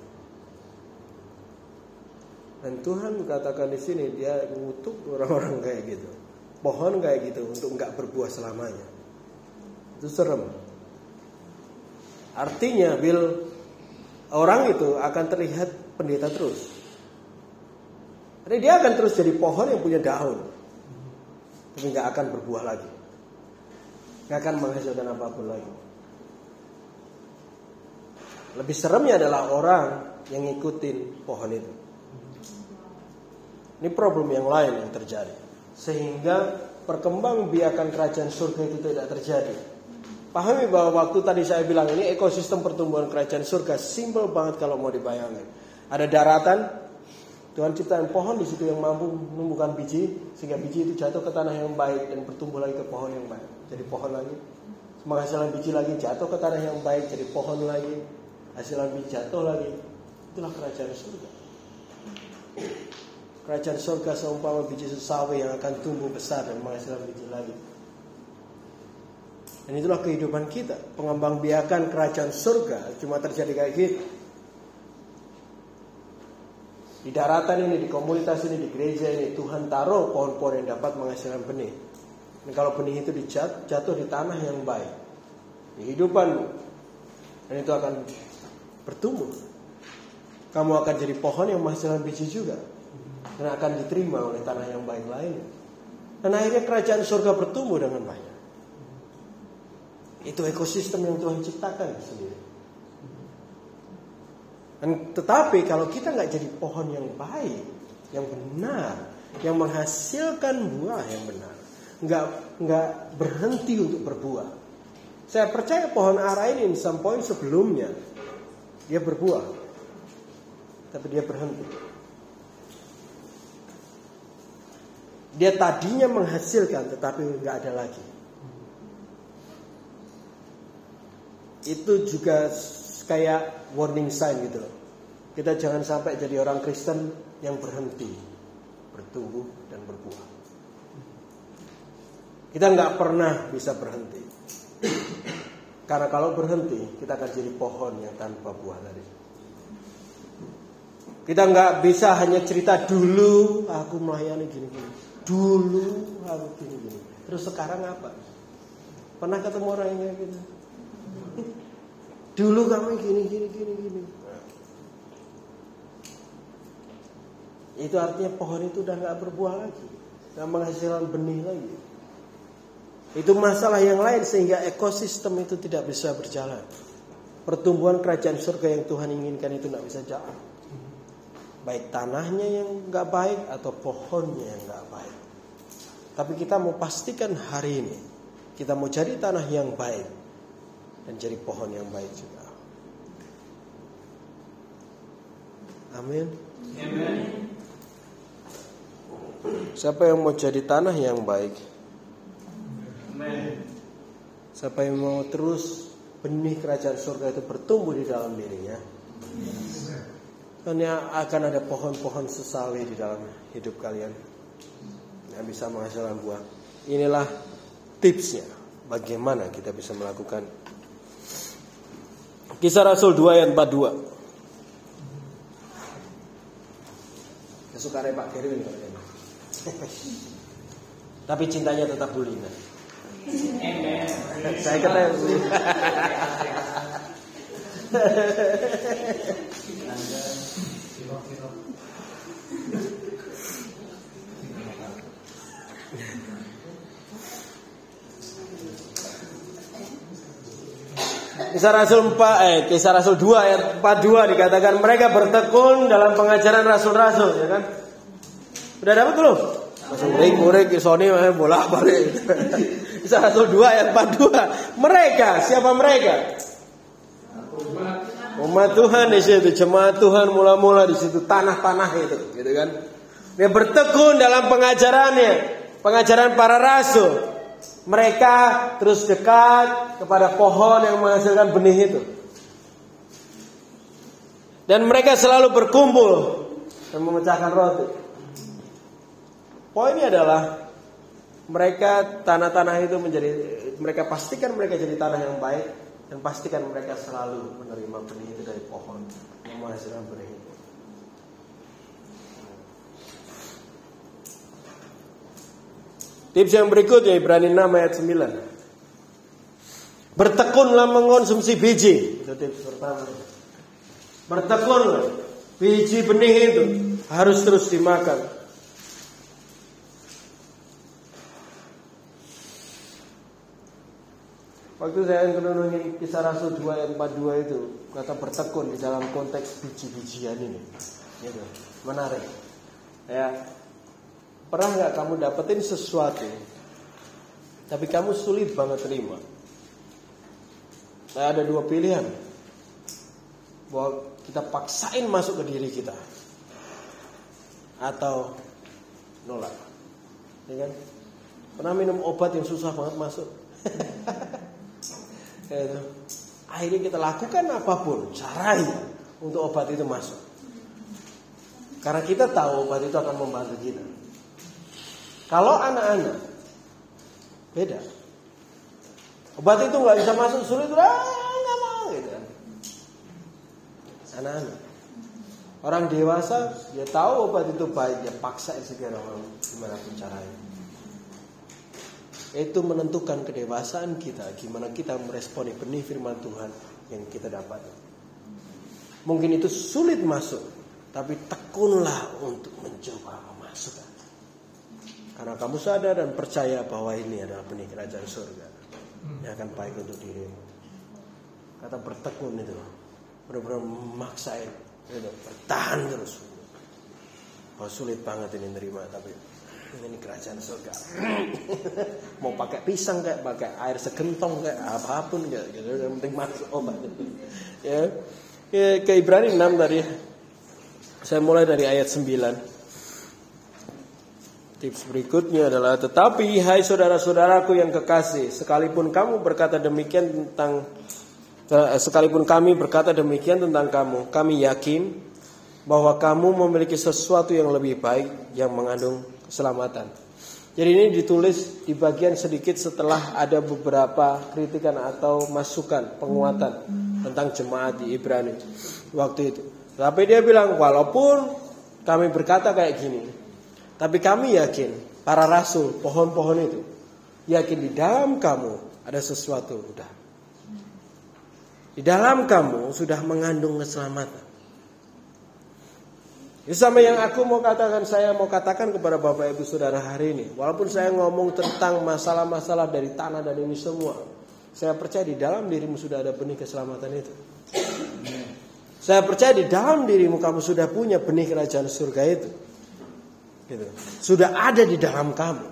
Dan Tuhan katakan di sini dia mengutuk orang-orang kayak gitu, pohon kayak gitu untuk nggak berbuah selamanya. Itu serem. Artinya, Bill, orang itu akan terlihat pendeta terus. Jadi dia akan terus jadi pohon yang punya daun, tapi nggak akan berbuah lagi, nggak akan menghasilkan apapun lagi. Lebih seremnya adalah orang yang ngikutin pohon itu. Ini problem yang lain yang terjadi, sehingga perkembangbiakan kerajaan surga itu tidak terjadi. Pahami bahwa waktu tadi saya bilang ini ekosistem pertumbuhan kerajaan surga simpel banget kalau mau dibayangin. Ada daratan, Tuhan ciptakan pohon di situ yang mampu menumbuhkan biji, sehingga biji itu jatuh ke tanah yang baik dan bertumbuh lagi ke pohon yang baik, jadi pohon lagi. Menghasilkan biji lagi, jatuh ke tanah yang baik, jadi pohon lagi. Hasilan biji jatuh lagi. Itulah kerajaan surga. Kerajaan surga seumpama biji sesawi yang akan tumbuh besar dan menghasilkan biji lagi. Dan itulah kehidupan kita. Pengembangbiakan kerajaan surga cuma terjadi kayak gitu. Di daratan ini, di komunitas ini, di gereja ini, Tuhan taruh pohon-pohon yang dapat menghasilkan benih. Dan kalau benih itu dijat, jatuh di tanah yang baik, di kehidupanmu, dan itu akan bertumbuh. Kamu akan jadi pohon yang menghasilkan biji juga, dan akan diterima oleh tanah yang baik lainnya. Dan akhirnya kerajaan surga bertumbuh dengan banyak. Itu ekosistem yang Tuhan ciptakan sendiri. Dan tetapi kalau kita nggak jadi pohon yang baik, yang benar, yang menghasilkan buah yang benar, nggak nggak berhenti untuk berbuah. Saya percaya pohon ara ini di some point sebelumnya dia berbuah, tapi dia berhenti. Dia tadinya menghasilkan, tetapi nggak ada lagi. Itu juga kayak warning sign gitu loh. Kita jangan sampai jadi orang Kristen yang berhenti bertumbuh dan berbuah. Kita nggak pernah bisa berhenti. Karena kalau berhenti, kita akan jadi pohon yang tanpa buah tadi. Kita nggak bisa hanya cerita dulu aku melayani gini-gini, dulu aku gini-gini. Terus sekarang apa? Pernah ketemu orang yang kayak gitu? Dulu kami gini gini gini gini. Itu artinya pohon itu udah nggak berbuah lagi, nggak menghasilkan benih lagi. Itu masalah yang lain sehingga ekosistem itu tidak bisa berjalan. Pertumbuhan kerajaan surga yang Tuhan inginkan itu nggak bisa jalan. Baik tanahnya yang nggak baik atau pohonnya yang nggak baik. Tapi kita mau pastikan hari ini kita mau jadi tanah yang baik dan jadi pohon yang baik juga. Amin. Amin. Siapa yang mau jadi tanah yang baik? Amin. Siapa yang mau terus benih kerajaan surga itu bertumbuh di dalam dirinya? Karena akan ada pohon-pohon sesawi di dalam hidup kalian yang bisa menghasilkan buah. Inilah tipsnya bagaimana kita bisa melakukan. Kisah Rasul dua ayat empat puluh dua. Kesukaan Pak Kevin. Tapi cintanya tetap Bulina. Amen. Saya kata Kisah Rasul empat eh Kisah Rasul dua ayat empat puluh dua dikatakan mereka bertekun dalam pengajaran rasul-rasul, ya kan? Udah dapat belum? Langsung murid-murid Sony bolak-balik. Kisah Rasul dua ayat empat puluh dua. Mereka, siapa mereka? Umat Tuhan di situ, jemaat Tuhan mula-mula di situ, tanah-tanah itu, gitu kan? Dia bertekun dalam pengajarannya, pengajaran para rasul. Mereka terus dekat kepada pohon yang menghasilkan benih itu. Dan mereka selalu berkumpul dan memecahkan roti. Poinnya adalah mereka tanah-tanah itu menjadi, mereka pastikan mereka jadi tanah yang baik dan pastikan mereka selalu menerima benih itu dari pohon yang menghasilkan benih itu. Tips yang berikutnya Ibrani enam ayat sembilan. Bertekunlah mengkonsumsi biji. Itu tips pertama. Bertekunlah. Biji benih itu harus terus dimakan. Waktu saya menunjuki Kisah Rasul dua ayat empat puluh dua itu, kata bertekun di dalam konteks biji-bijian ini. Gitu. Menarik. Ya. Pernah gak kamu dapetin sesuatu tapi kamu sulit banget terima? Saya ada dua pilihan, bahwa kita paksain masuk ke diri kita atau nolak. Ya kan? Pernah minum obat yang susah banget masuk? Gitu. Akhirnya kita lakukan apapun caranya untuk obat itu masuk, karena kita tahu obat itu akan membantu kita. Kalau anak-anak beda, obat itu nggak bisa masuk, sulit, ah nggak mau gitu kan. Anak-anak, orang dewasa dia tahu obat itu baik, dia paksain segala macam gimana pun caranya. Itu menentukan kedewasaan kita, gimana kita meresponi benih firman Tuhan yang kita dapat. Mungkin itu sulit masuk, tapi tekunlah untuk mencoba memasukkan. Karena kamu sadar dan percaya bahwa ini adalah benih kerajaan surga yang akan baik untuk dirimu. Kata bertekun itu benar-benar memaksain, gitu, bertahan terus. Oh sulit banget ini nerima, tapi ini kerajaan surga. Mau pakai pisang kayak pakai air segentong kayak apapun kayak gitu, yang penting masuk obat. Ya, ya ke Ibrani enam tadi. Saya mulai dari ayat sembilan. Tips berikutnya adalah, tetapi hai saudara-saudaraku yang kekasih, sekalipun kamu berkata demikian tentang sekalipun kami berkata demikian tentang kamu, kami yakin bahwa kamu memiliki sesuatu yang lebih baik yang mengandung keselamatan. Jadi ini ditulis di bagian sedikit setelah ada beberapa kritikan atau masukan penguatan tentang jemaat di Ibrani waktu itu. Tapi dia bilang, walaupun kami berkata kayak gini, tapi kami yakin, para rasul, pohon-pohon itu, yakin di dalam kamu ada sesuatu udah. Di dalam kamu sudah mengandung keselamatan. Itu sama yang aku mau katakan, saya mau katakan kepada Bapak Ibu Saudara hari ini. Walaupun saya ngomong tentang masalah-masalah dari tanah dan ini semua, saya percaya di dalam dirimu sudah ada benih keselamatan itu. Saya percaya di dalam dirimu kamu sudah punya benih kerajaan surga itu. Gitu. Sudah ada di dalam kamu.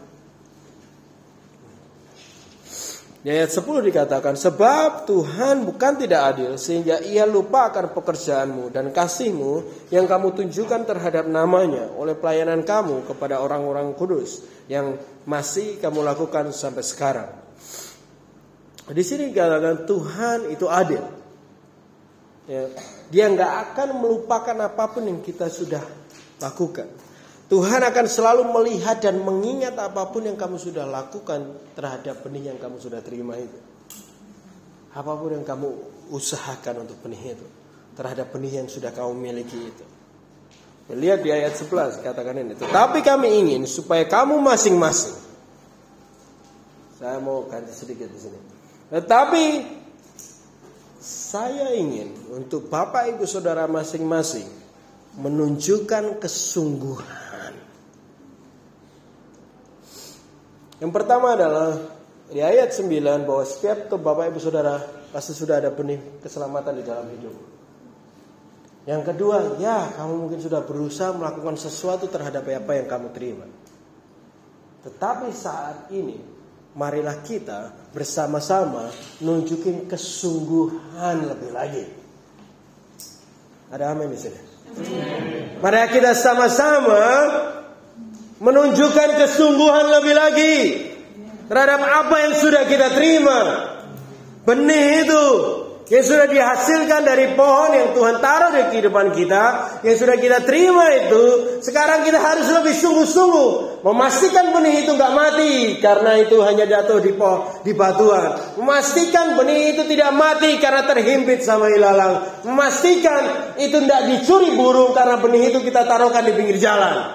Di ayat sepuluh dikatakan, sebab Tuhan bukan tidak adil sehingga ia lupa akan pekerjaanmu dan kasihmu yang kamu tunjukkan terhadap namanya oleh pelayanan kamu kepada orang-orang kudus yang masih kamu lakukan sampai sekarang. Di sini dikatakan Tuhan itu adil. Ya, dia nggak akan melupakan apapun yang kita sudah lakukan. Tuhan akan selalu melihat dan mengingat apapun yang kamu sudah lakukan terhadap benih yang kamu sudah terima itu. Apapun yang kamu usahakan untuk benih itu, terhadap benih yang sudah kamu miliki itu. Lihat di ayat sebelas katakan ini. Tetapi kami ingin supaya kamu masing-masing. Saya mau ganti sedikit di sini. Tetapi saya ingin untuk Bapak Ibu Saudara masing-masing menunjukkan kesungguhan. Yang pertama adalah di ayat sembilan bahwa setiap Bapak Ibu Saudara pasti sudah ada benih keselamatan di dalam hidup. Yang kedua, ya kamu mungkin sudah berusaha melakukan sesuatu terhadap apa yang kamu terima. Tetapi saat ini marilah kita bersama-sama nunjukin kesungguhan lebih lagi. Ada amin di sini? Mari kita sama-sama menunjukkan kesungguhan lebih lagi terhadap apa yang sudah kita terima. Benih itu yang sudah dihasilkan dari pohon yang Tuhan taruh di kehidupan kita, yang sudah kita terima itu, sekarang kita harus lebih sungguh-sungguh memastikan benih itu nggak mati karena itu hanya jatuh di pohon, di batuan. Memastikan benih itu tidak mati karena terhimpit sama ilalang. Memastikan itu tidak dicuri burung karena benih itu kita taruhkan di pinggir jalan.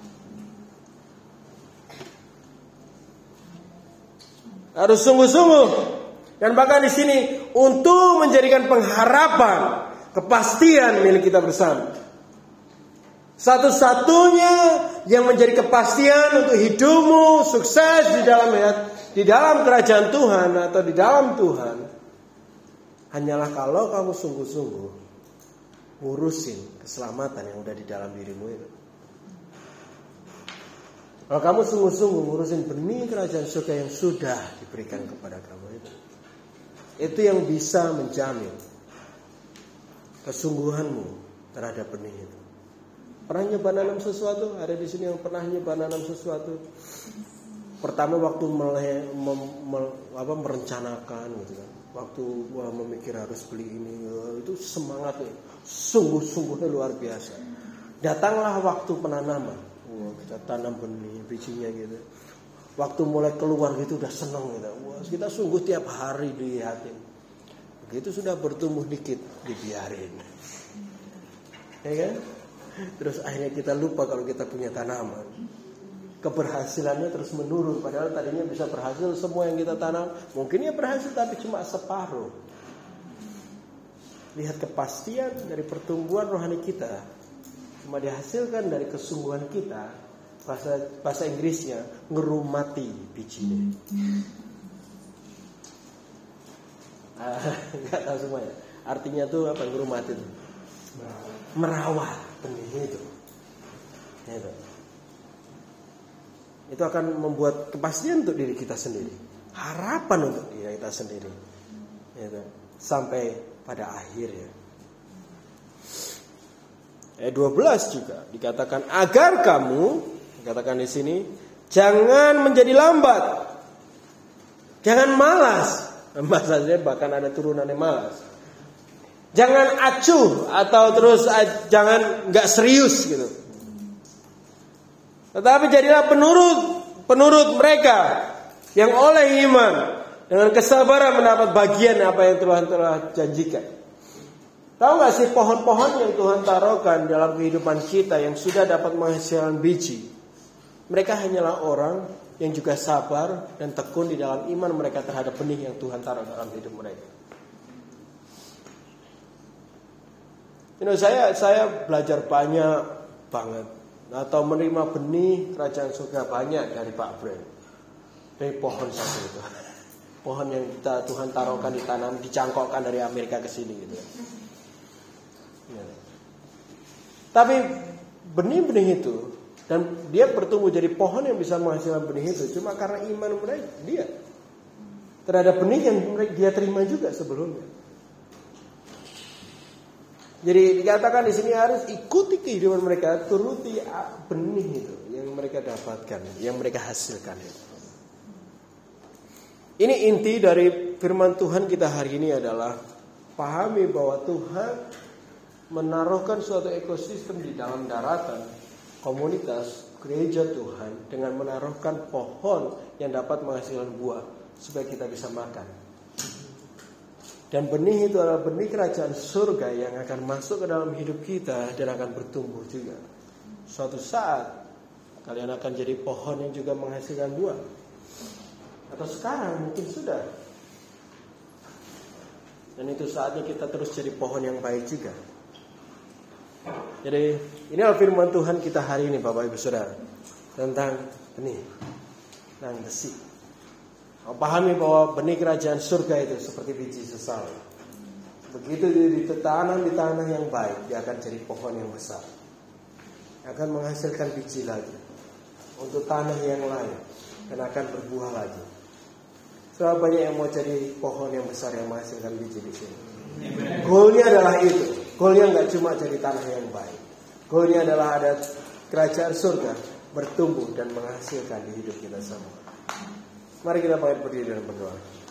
Harus sungguh-sungguh. Dan bahkan di sini untuk menjadikan pengharapan, kepastian milik kita bersama. Satu-satunya yang menjadi kepastian untuk hidupmu sukses di dalam di dalam kerajaan Tuhan atau di dalam Tuhan, hanyalah kalau kamu sungguh-sungguh ngurusin keselamatan yang udah di dalam dirimu itu. Kalau kamu sungguh-sungguh ngurusin benih kerajaan surga yang sudah diberikan kepada kamu itu, itu yang bisa menjamin kesungguhanmu terhadap benih itu. Pernah nyoba nanam sesuatu? Ada di sini yang pernah nyoba nanam sesuatu? Pertama waktu meleh, mem, mel, apa, merencanakan gitu kan. Waktu wah, memikir harus beli ini, itu semangatnya sungguh-sungguhnya luar biasa. Datanglah waktu penanaman. Wah, kita tanam benih bijinya gitu. Waktu mulai keluar gitu udah senang gitu. Wah, kita sungguh tiap hari dilihatin. Begitu sudah bertumbuh dikit dibiarin. Ya kan? Terus akhirnya kita lupa kalau kita punya tanaman. Keberhasilannya terus menurun. Padahal tadinya bisa berhasil semua yang kita tanam. Mungkin ya berhasil tapi cuma separuh. Lihat kepastian dari pertumbuhan rohani kita cuma dihasilkan dari kesungguhan kita. Bahasa, bahasa Inggrisnya ngerumati bijinya. Ah, nggak tahu semuanya. Artinya tuh apa ngerumati itu? Merawat benih itu. Itu. Itu akan membuat kepastian untuk diri kita sendiri, harapan untuk diri kita sendiri. Itu. Sampai pada akhirnya. Ayat dua belas juga dikatakan agar kamu, dikatakan di sini, jangan menjadi lambat, jangan malas. Maksudnya bahkan ada turunannya malas. Jangan acuh atau terus uh, jangan nggak serius gitu. Tetapi jadilah penurut penurut mereka yang oleh iman dengan kesabaran mendapat bagian apa yang Tuhan telah janjikan. Tahu nggak sih pohon-pohon yang Tuhan taruhkan dalam kehidupan kita yang sudah dapat menghasilkan biji? Mereka hanyalah orang yang juga sabar dan tekun di dalam iman mereka terhadap benih yang Tuhan taruh dalam hidup mereka. You know, saya saya belajar banyak banget atau menerima benih kerajaan surga banyak dari Pak Brand, dari pohon satu itu, pohon yang kita Tuhan taruhkan ditanam, dicangkokkan dari Amerika ke sini gitu. Ya. Tapi benih-benih itu dan dia bertumbuh jadi pohon yang bisa menghasilkan benih itu cuma karena iman mereka dia terhadap benih yang dia terima juga sebelumnya. Jadi dikatakan di sini harus ikuti kehidupan mereka, turuti benih itu yang mereka dapatkan, yang mereka hasilkan. Ini inti dari firman Tuhan kita hari ini adalah pahami bahwa Tuhan menaruhkan suatu ekosistem di dalam daratan, komunitas, gereja Tuhan dengan menaruhkan pohon yang dapat menghasilkan buah supaya kita bisa makan. Dan benih itu adalah benih kerajaan surga yang akan masuk ke dalam hidup kita dan akan bertumbuh juga. Suatu saat kalian akan jadi pohon yang juga menghasilkan buah. Atau sekarang mungkin sudah. Dan itu saatnya kita terus jadi pohon yang baik juga. Jadi inilah firman Tuhan kita hari ini Bapak Ibu Saudara, tentang benih, tentang besi. Pahami bahwa benih kerajaan surga itu seperti biji sesal. Begitu ditanam di tanah yang baik, dia akan jadi pohon yang besar, akan menghasilkan biji lagi untuk tanah yang lain, dan akan berbuah lagi. Soalnya banyak yang mau jadi pohon yang besar yang menghasilkan biji di sini. Goalnya adalah itu. Goalnya nggak cuma jadi tanah yang baik. Goalnya adalah ada kerajaan surga bertumbuh dan menghasilkan di hidup kita semua. Mari kita bangkit berdiri dan berdoa.